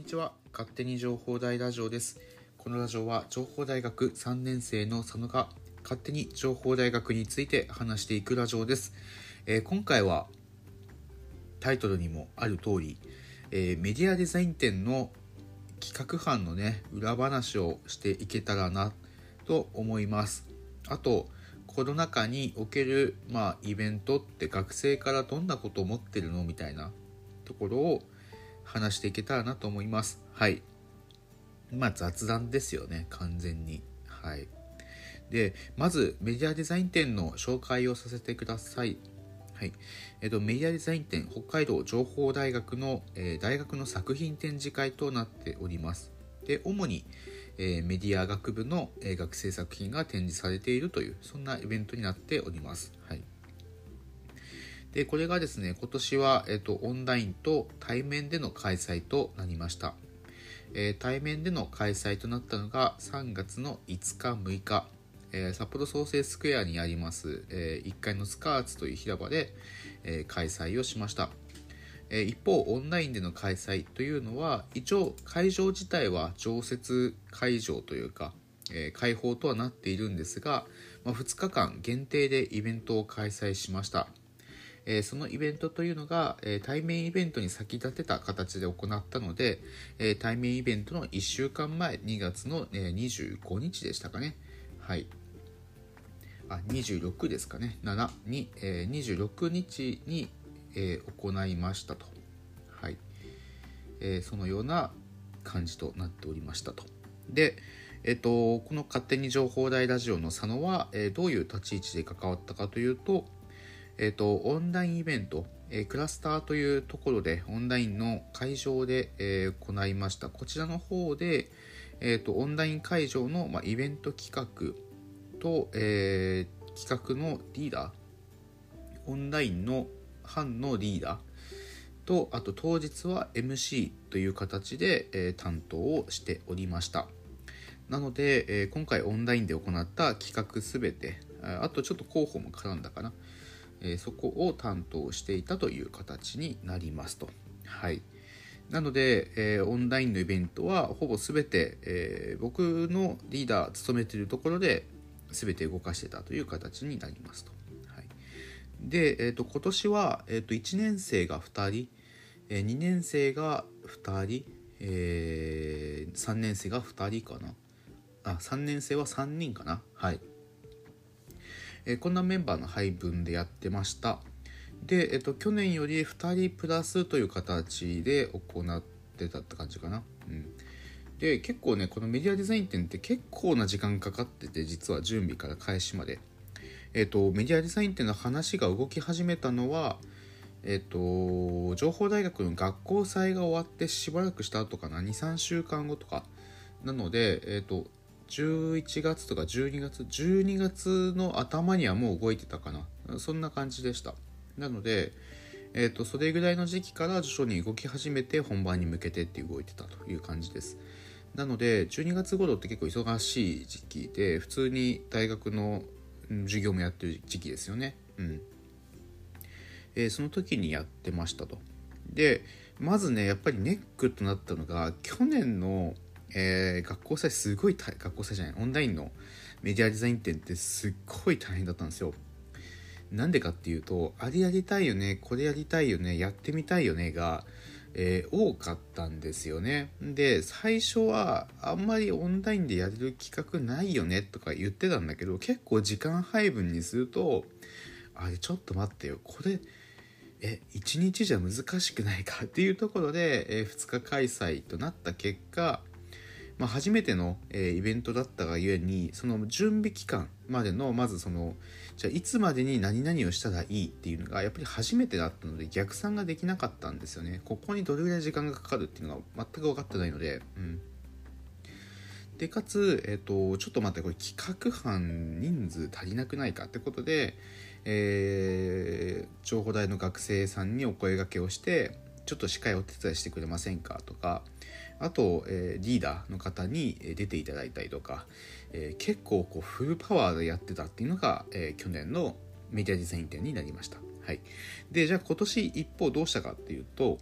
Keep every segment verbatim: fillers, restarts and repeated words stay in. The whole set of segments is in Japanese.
ちは。勝手に情報大ラジオです。このラジオは情報大学さんねん生の佐野が勝手に情報大学について話していくラジオです。えー、今回はタイトルにもある通り、えー、メディアデザイン展の企画班のね裏話をしていけたらなと思います。あとコロナ禍における、まあ、イベントって学生からどんなことを思ってるのみたいなところを話していけたらなと思います。はい。まあ雑談ですよね、完全に。はい。で、まずメディアデザイン展の紹介をさせてください。はい。えっと、メディアデザイン展、北海道情報大学の、えー、大学の作品展示会となっております。で、主に、えー、メディア学部の、えー、学生作品が展示されているという、そんなイベントになっております。はい。で、これがですね、今年は、えっと、オンラインと対面での開催となりました。えー、対面での開催となったのがさんがつのいつかむいか、えー、札幌創生スクエアにあります、えー、いっかいのスカーツという広場で、えー、開催をしました。えー、一方、オンラインでの開催というのは、一応会場自体は常設会場というか、えー、開放とはなっているんですが、まあ、ふつかかん限定でイベントを開催しました。えー、そのイベントというのが、えー、対面イベントに先立てた形で行ったので、えー、対面イベントのいっしゅうかんまえ、にがつの、えー、にじゅうごにちでしたかね。はい。あ、にじゅうろくですかね。しちに、えー、にじゅうろくにちに、えー、行いましたと。はい。えー、そのような感じとなっておりましたと。で、えっと、この勝手に情報大ラジオの佐野は、えー、どういう立ち位置で関わったかというと、えっと、オンラインイベント、えー、クラスターというところでオンラインの会場で、えー、行いました。こちらの方で、えっと、オンライン会場の、まあ、イベント企画と、えー、企画のリーダー、オンラインの班のリーダーと、あと当日は エムシー という形で、えー、担当をしておりました。なので、えー、今回オンラインで行った企画すべて、あとちょっと広報も絡んだかな。えー、そこを担当していたという形になりますと。はい。なので、えー、オンラインのイベントはほぼすべて、えー、僕のリーダー務めているところで全て動かしてたという形になりますと。はい。で、えー、と今年は、えー、といちねん生がふたり、えー、にねん生がふたり、えー、さんねん生がふたりかな。あ、さんねん生はさんにんかな。はい。えー、こんなメンバーの配分でやってました。で、えっと、去年よりふたりプラスという形で行ってたって感じかな。うん。で、結構ね、このメディアデザイン展って結構な時間かかってて、実は準備から開始まで。えっと、メディアデザイン展の話が動き始めたのは、えっと、情報大学の学校祭が終わってしばらくした後かな、に、さんしゅうかんごとか。なので、えっと、じゅういちがつとかじゅうにがつ、じゅうにがつの頭にはもう動いてたかな。そんな感じでした。なので、えっと、それぐらいの時期から徐々に動き始めて本番に向けてって動いてたという感じです。なので、じゅうにがつ頃って結構忙しい時期で、普通に大学の授業もやってる時期ですよね。うん。えー、その時にやってましたと。で、まずね、やっぱりネックとなったのが、去年のえー、学校祭すごい大学校祭じゃないオンラインのメディアデザイン展ってすっごい大変だったんですよ。なんでかっていうと、あれやりたいよね、これやりたいよね、やってみたいよねが、えー、多かったんですよね。で、最初はあんまりオンラインでやれる企画ないよねとか言ってたんだけど、結構時間配分にすると、あれちょっと待ってよ、これえいちにちじゃ難しくないかっていうところで、えー、ふつか開催となった結果、まあ、初めての、えー、イベントだったがゆえに、その準備期間までの、まずその、じゃあいつまでに何々をしたらいいっていうのが、やっぱり初めてだったので逆算ができなかったんですよね。ここにどれぐらい時間がかかるっていうのが全く分かってないので、うん。で、かつ、えっと、ちょっと待って、これ企画班人数足りなくないかってことで、えー、情報大の学生さんにお声掛けをして、ちょっと司会お手伝いしてくれませんかとか、あと、えー、リーダーの方に出ていただいたりとか、えー、結構こうフルパワーでやってたっていうのが、えー、去年のメディアデザイン展になりました。はい。で、じゃあ今年一方どうしたかっていうと、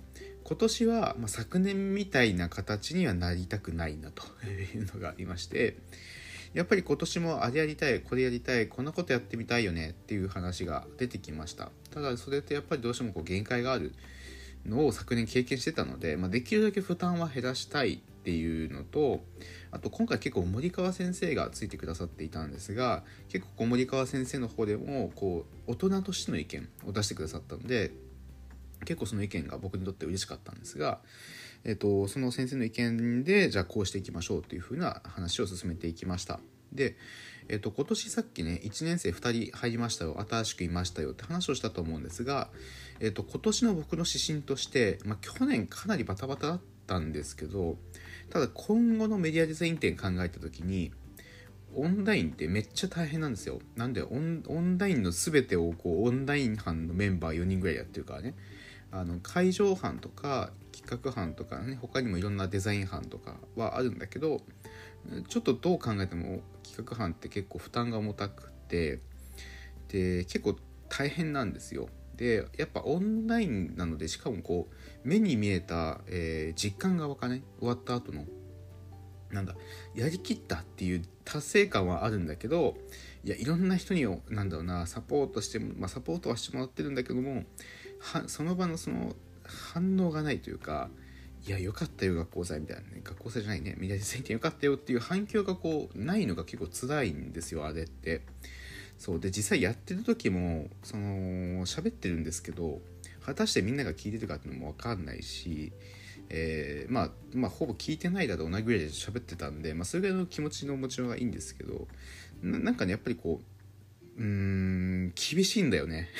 今年は、まあ、昨年みたいな形にはなりたくないなというのがありまして、やっぱり今年もあれやりたい、これやりたい、こんなことやってみたいよねっていう話が出てきました。ただそれってやっぱりどうしてもこう限界があるのを昨年経験してたので、まあ、できるだけ負担は減らしたいっていうのと、あと今回結構森川先生がついてくださっていたんですが、結構森川先生の方でもこう大人としての意見を出してくださったので、結構その意見が僕にとって嬉しかったんですが、えっと、その先生の意見でじゃあこうしていきましょうというふうな話を進めていきました。で、えっと、今年さっきねいちねん生ふたり入りましたよ、新しくいましたよって話をしたと思うんですが、えっと、今年の僕の指針として、まあ、去年かなりバタバタだったんですけど、ただ今後のメディアデザイン展考えた時にオンラインってめっちゃ大変なんですよ。なんでオン、オンラインの全てをこうオンライン班のメンバーよにんぐらいやってるからね、あの会場班とか企画班とかね、他にもいろんなデザイン班とかはあるんだけど、ちょっとどう考えても企画班って結構負担が重たくて、で結構大変なんですよ。でやっぱオンラインなので、しかもこう目に見えた、えー、実感がわかね終わった後のなんだやりきったっていう達成感はあるんだけど、いやいろんな人になんだろうなサポートしても、まあ、サポートはしてもらってるんだけども、はその場のその反応がないというか、いやよかったよ学校祭みたいなね、学校祭じゃないねメディアデザイン展よかったよっていう反響がこうないのが結構辛いんですよ、あれって。そうで実際やってる時もその喋ってるんですけど、果たしてみんなが聞いてるかっていうのも分かんないし、えー、まあまあほぼ聞いてないだろうなぐらいで喋ってたんで、まあそれぐらいの気持ちの持ちようがいいんですけど、 な, なんかねやっぱりこううーん厳しいんだよね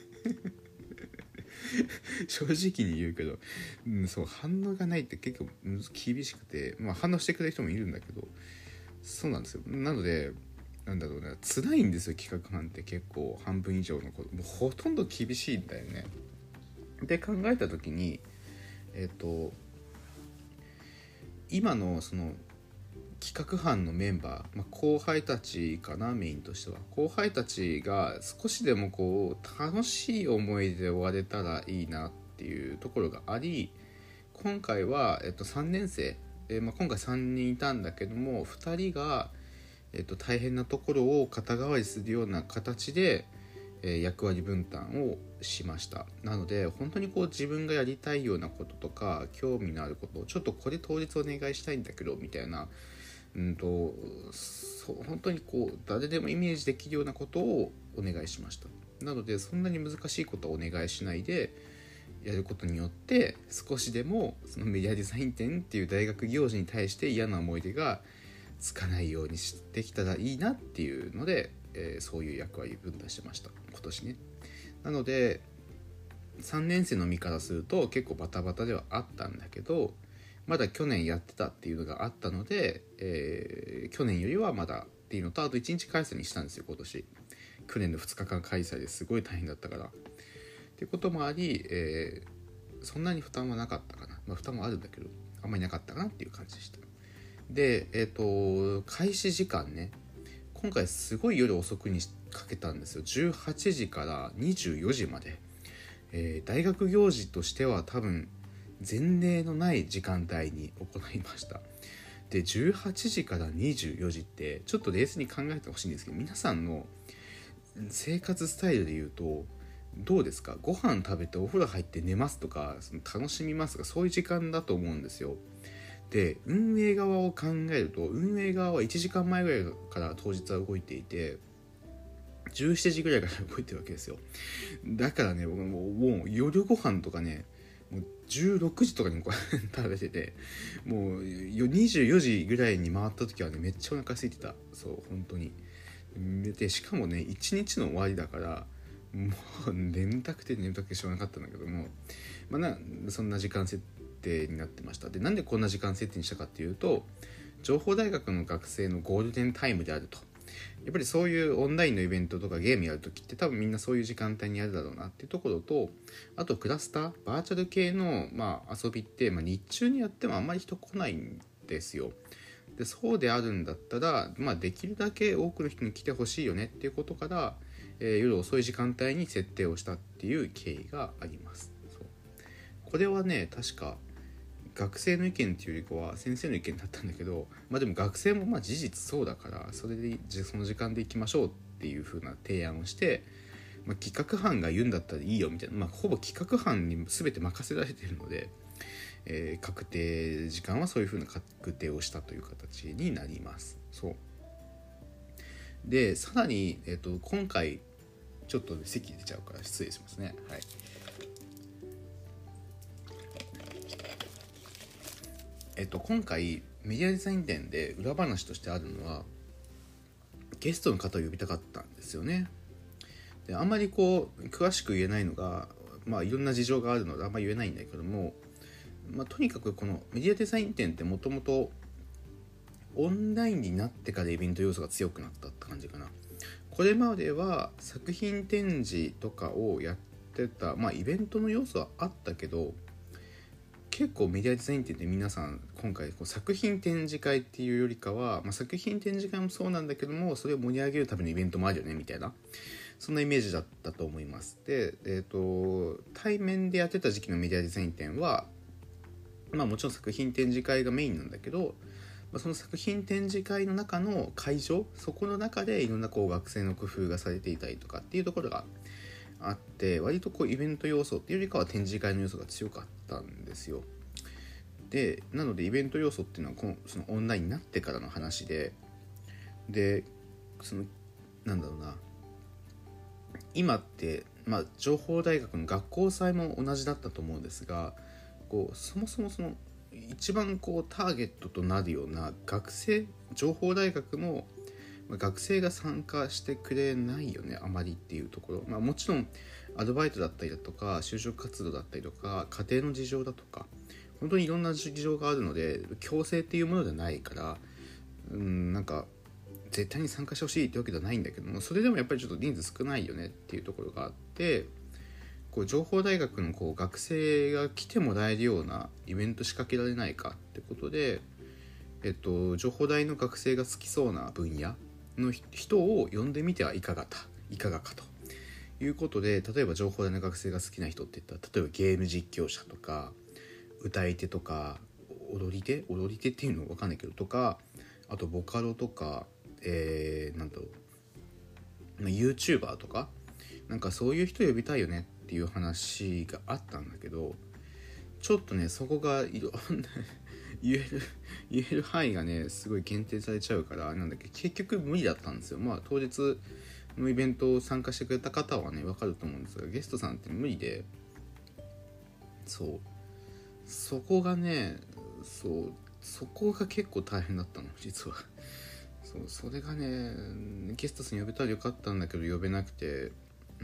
正直に言うけど、うん、そう反応がないって結構厳しくて、まあ反応してくれる人もいるんだけど、そうなんですよ。なのでなんだろうね、辛いんですよ企画班って。結構半分以上のこともうほとんど厳しいんだよね。で考えた時にえっと今のその企画班のメンバー、まあ、後輩たちかな、メインとしては後輩たちが少しでもこう楽しい思いで終われたらいいなっていうところがあり、今回は、えっと、さんねん生、えーまあ、今回さんにんいたんだけどもふたりが、えっと、大変なところを肩代わりするような形で、えー、役割分担をしました。なので本当にこう自分がやりたいようなこととか興味のあることをちょっとこれ当日お願いしたいんだけどみたいな、うんとそう本当にこう誰でもイメージできるようなことをお願いしました。なのでそんなに難しいことはお願いしないでやることによって少しでもそのメディアデザイン展っていう大学行事に対して嫌な思い出がつかないようにしてきたらいいなっていうので、えー、そういう役割分担してました今年ね。なのでさんねん生の身からすると結構バタバタではあったんだけど、まだ去年やってたっていうのがあったので、えー、去年よりはまだっていうのと、あといちにち開催にしたんですよ今年。去年のふつかかん開催ですごい大変だったからっていうこともあり、えー、そんなに負担はなかったかな。まあ負担もあるんだけどあんまりなかったかなっていう感じでした。でえっ、ー、と開始時間ね、今回すごい夜遅くにかけたんですよ。じゅうはちじからにじゅうよじまで、えー、大学行事としては多分前例のない時間帯に行いました。でじゅうはちじからにじゅうよじってちょっと冷静に考えてほしいんですけど、皆さんの生活スタイルで言うとどうですか？ご飯食べてお風呂入って寝ますとか、その楽しみますとか、そういう時間だと思うんですよ。で運営側を考えると、運営側はいちじかんまえぐらいから当日は動いていて、じゅうしちじぐらいから動いてるわけですよ。だからね僕ももう夜ご飯とかねもうじゅうろくじとかにも食べてて、もうにじゅうよじぐらいに回った時はねめっちゃお腹空いてた。そう本当に。でしかもねいちにちの終わりだからもう眠たくて眠たくてしょうがなかったんだけども、まあなそんな時間設定になってました。でなんでこんな時間設定にしたかっていうと、情報大学の学生のゴールデンタイムであると。やっぱりそういうオンラインのイベントとかゲームやるときって多分みんなそういう時間帯にやるだろうなっていうところと、あとクラスターバーチャル系の、まあ、遊びって、まあ、日中にやってもあんまり人来ないんですよ。でそうであるんだったら、まあ、できるだけ多くの人に来てほしいよねっていうことから、えー、夜遅い時間帯に設定をしたっていう経緯があります。そうこれはね確か学生の意見っていうよりかは先生の意見だったんだけど、まあでも学生もまあ事実そうだからそれでその時間で行きましょうっていう風な提案をして、まあ、企画班が言うんだったらいいよみたいな、まあ、ほぼ企画班に全て任せられているので、えー、確定時間はそういう風な確定をしたという形になります。そうでさらに、えーと、今回ちょっと席出ちゃうから失礼しますね。はい。えっと今回メディアデザイン展で裏話としてあるのはゲストの方を呼びたかったんですよね。であんまりこう詳しく言えないのが、まあいろんな事情があるのであんまり言えないんだけども、まあ、とにかくこのメディアデザイン展ってもともとオンラインになってからイベント要素が強くなったって感じかな。これまでは作品展示とかをやってた、まあイベントの要素はあったけど、結構メディアデザイン展って皆さん今回こう作品展示会っていうよりかは、まあ、作品展示会もそうなんだけどもそれを盛り上げるためのイベントもあるよねみたいな、そんなイメージだったと思います。で、えーと、対面でやってた時期のメディアデザイン展は、まあ、もちろん作品展示会がメインなんだけど、まあ、その作品展示会の中の会場、そこの中でいろんなこう学生の工夫がされていたりとかっていうところがあって、割とこうイベント要素っていうよりかは展示会の要素が強かったんですよ。でなのでイベント要素っていうのはこのそのオンラインになってからの話で、でそのなんだろうな、今ってまあ情報大学の学校祭も同じだったと思うんですが、こうそもそもその一番こうターゲットとなるような学生、情報大学も学生が参加してくれないよねあまりっていうところ、まあ、もちろんアルバイトだったりだとか就職活動だったりとか家庭の事情だとか本当にいろんな事情があるので強制っていうものではないから、うん、なんか絶対に参加してほしいってわけではないんだけども、それでもやっぱりちょっと人数少ないよねっていうところがあって、こう情報大学のこう学生が来てもらえるようなイベント仕掛けられないかってことで、えっと、情報大の学生が好きそうな分野の人を呼んでみてはいかがたいかがかということで、例えば情報大の学生が好きな人って言ったら、例えばゲーム実況者とか歌い手とか踊り手踊り手っていうのは分かんないけどとか、あとボカロとか、えー、なんだろう YouTuber とかなんかそういう人呼びたいよねっていう話があったんだけど、ちょっとねそこがいろんな言える言える範囲がねすごい限定されちゃうからなんだっけ結局無理だったんですよ。まあ当日のイベントを参加してくれた方はね分かると思うんですが、ゲストさんって無理で、そうそこがねそうそこが結構大変だったの実は。そうそれがねゲストさん呼べたらよかったんだけど呼べなくて、うん、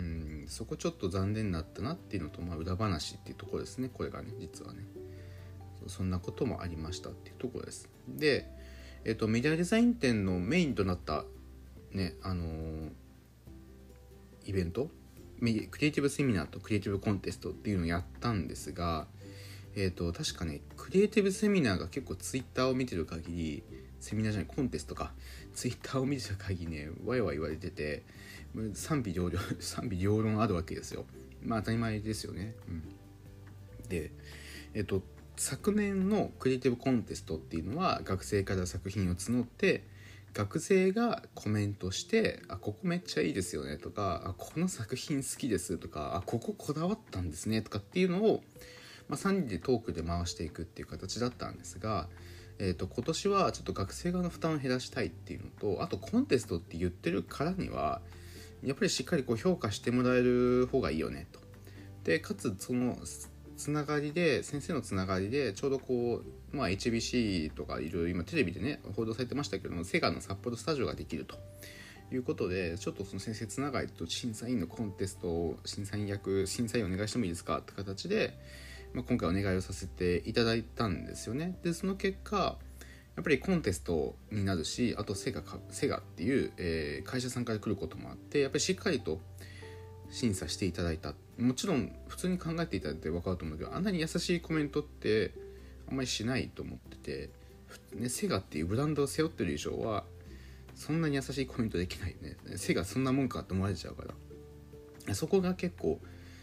そこちょっと残念だったなっていうのと、まあ、裏話っていうところですね。これがね実はね そ, そんなこともありましたっていうところです。で、えっと、メディアデザイン展のメインとなったねあのー、イベントクリエイティブセミナーとクリエイティブコンテストっていうのをやったんですが、えっと確かねクリエイティブセミナーが結構ツイッターを見てる限り、セミナーじゃないコンテストかツイッターを見てる限りねわいわい言われてて、賛否両論賛否両論あるわけですよ。まあ当たり前ですよね、うん、でえっと昨年のクリエイティブコンテストっていうのは学生から作品を募って学生がコメントしてあここめっちゃいいですよねとかあこの作品好きですとかあこここだわったんですねとかっていうのを、まあ、さんにんでトークで回していくっていう形だったんですが、えーと、今年はちょっと学生側の負担を減らしたいっていうのと、あとコンテストって言ってるからにはやっぱりしっかりこう評価してもらえる方がいいよねと。でかつそのつながりで先生のつながりでちょうどこう、まあ、エイチビーシー とかいろいろ今テレビでね報道されてましたけども、セガの札幌スタジオができるということで、ちょっとその先生つながりと審査員のコンテストを審査員役審査員お願いしてもいいですかって形で、まあ、今回お願いをさせていただいたんですよね。でその結果やっぱりコンテストになるし、あとセガセガっていう、えー、会社さんから来ることもあって、やっぱりしっかりと審査していただいた。もちろん普通に考えていただいて分かると思うけど、あんなに優しいコメントってあんまりしないと思ってて、ね、セガっていうブランドを背負ってる以上はそんなに優しいコメントできないよね。セガそんなもんかって思われちゃうから、そこが結構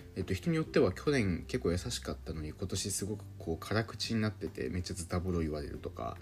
えっと、人によっては去年結構優しかったのに今年すごくこう辛口になっててめっちゃズタボロ言われるとか、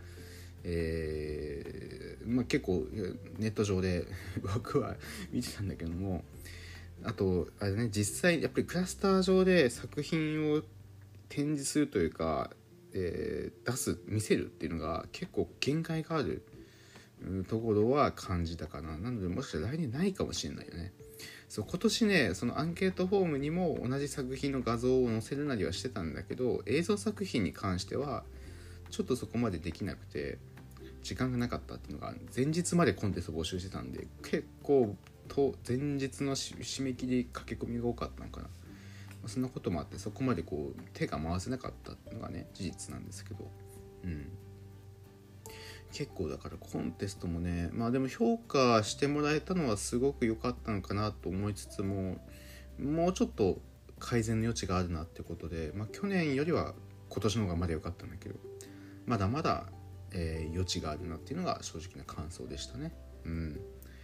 えーまあ、結構ネット上で僕は見てたんだけども、あとあれね、実際やっぱりクラスター上で作品を展示するというか、えー、出す見せるっていうのが結構限界があるところは感じたかな。なのでもしかしたら来年ないかもしれないよね。そう今年ね、そのアンケートフォームにも同じ作品の画像を載せるなりはしてたんだけど、映像作品に関してはちょっとそこまでできなくて時間がなかったっていうのが、前日までコンテスト募集してたんで結構と前日の締め切り駆け込みが多かったのかな。そんなこともあってそこまでこう手が回せなかったっていうのがね事実なんですけど、うん結構だからコンテストもね、まあでも評価してもらえたのはすごく良かったのかなと思いつつも、もうちょっと改善の余地があるなってことで、まあ去年よりは今年の方がまだ良かったんだけど、まだまだ、えー、余地があるなっていうのが正直な感想でしたね。うん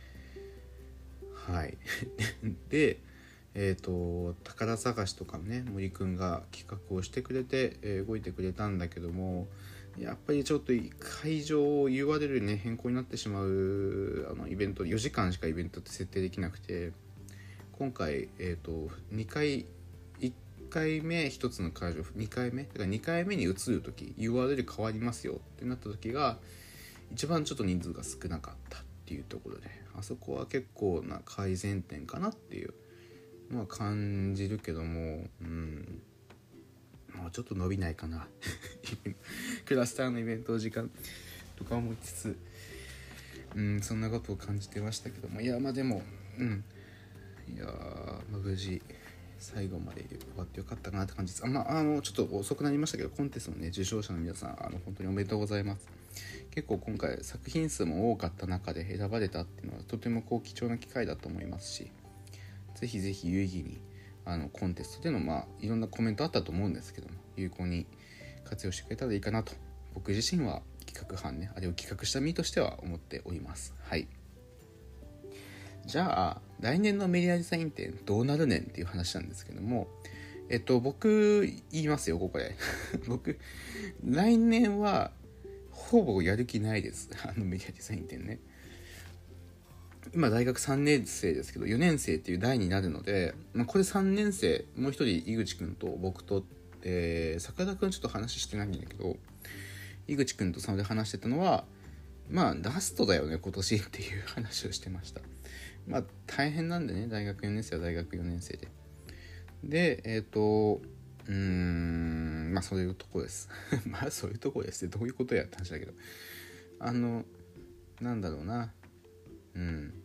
はいでえーと宝探しとかね、森くんが企画をしてくれて、えー動いてくれたんだけども、やっぱりちょっと会場を ユーアールエル ね変更になってしまうあのイベント、よじかんしかイベントって設定できなくて、今回、えーとにかいいっかいめひとつの会場、にかいめだからにかいめに移るとき ユーアールエル 変わりますよってなった時が一番ちょっと人数が少なかったっていうところで、あそこは結構な改善点かなっていうのは感じるけども、うんもうちょっと伸びないかなクラスターのイベントの時間とか思いつつ、うんそんなことを感じてましたけども、いやまあでもうんいや、まあ、無事最後まで終わってよかったかなって感じです。あまああのちょっと遅くなりましたけど、コンテストのね受賞者の皆さんあの本当におめでとうございます。結構今回作品数も多かった中で選ばれたっていうのはとてもこう貴重な機会だと思いますし、ぜひぜひ有意義にあのコンテストでのまあいろんなコメントあったと思うんですけども、有効に活用してくれたらいいかなと僕自身は企画班ね、あれを企画した身としては思っております。はい。じゃあ来年のメディアデザイン展どうなるねんっていう話なんですけども、えっと僕言いますよここで僕来年はほぼやる気ないです。あのメディアデザイン展ね。今大学さんねん生ですけどよねん生っていう代になるので、まあ、これさんねん生もう一人井口くんと僕と、えー、坂田くんちょっと話してないんだけど、井口くんとそれで話してたのはまあラストだよね今年っていう話をしてました。まあ大変なんでね、大学よねん生は大学よねん生ででえっ、ー、とうーんまあそういうとこですまあそういうとこですってどういうことやって話だけど、あのなんだろうなうん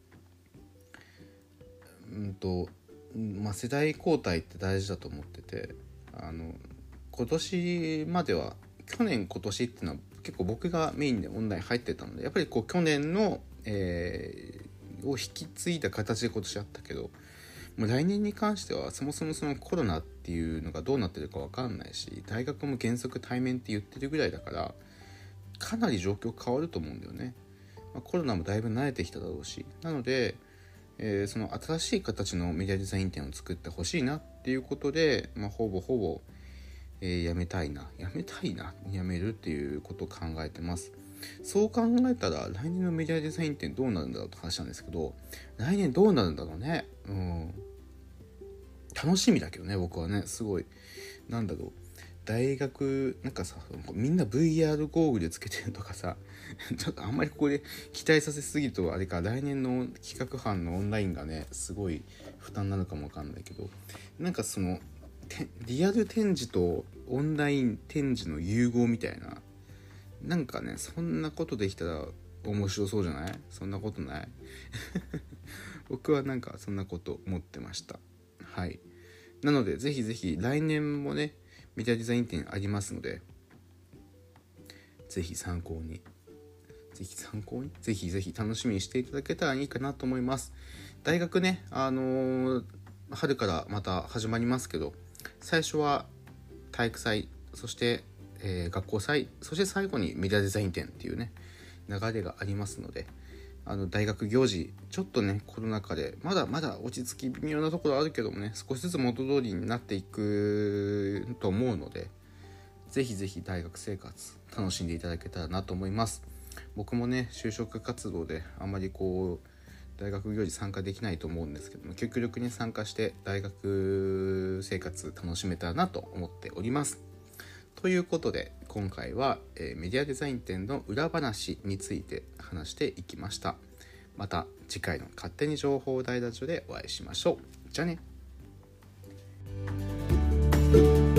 うんとまあ世代交代って大事だと思ってて、あの今年までは去年今年っていうのは結構僕がメインでオンライン入ってたので、やっぱりこう去年の、えー、を引き継いだ形で今年あったけど、もう来年に関してはそもそもそのコロナっていうのがどうなってるか分かんないし、大学も原則対面って言ってるぐらいだからかなり状況変わると思うんだよね。まあ、コロナもだいぶ慣れてきただろうし、なので、えー、その新しい形のメディアデザイン展を作ってほしいなっていうことで、まあ、ほぼほぼ、えー、やめたいなやめたいなやめるっていうことを考えてます。そう考えたら来年のメディアデザイン展どうなるんだろうって話なんですけど、来年どうなるんだろうね。うん楽しみだけどね、僕はね。すごいなんだろう、大学なんかさみんな ブイアール ゴーグルつけてるとかさちょっとあんまりここで期待させすぎるとあれか、来年の企画班のオンラインがねすごい負担なのかもわかんないけど、なんかそのリアル展示とオンライン展示の融合みたいな、なんかねそんなことできたら面白そうじゃない？そんなことない僕はなんかそんなこと思ってました。はい。なのでぜひぜひ来年もねメディアデザイン展ありますので、ぜひ参考にぜひ参考にぜひぜひ楽しみにしていただけたらいいかなと思います。大学ね、あのー、春からまた始まりますけど、最初は体育祭、そして、えー、学校祭、そして最後にメディアデザイン展っていうね流れがありますので、 あの大学行事ちょっとねコロナ禍でまだまだ落ち着き微妙なところあるけどもね、少しずつ元通りになっていくと思うので、ぜひぜひ大学生活楽しんでいただけたらなと思います。僕もね就職活動であんまりこう大学行事参加できないと思うんですけども、極力に参加して大学生活楽しめたらなと思っております。ということで今回は、えー、メディアデザイン展の裏話について話していきました。また次回の勝手に情報大ラジオでお会いしましょう。じゃあね。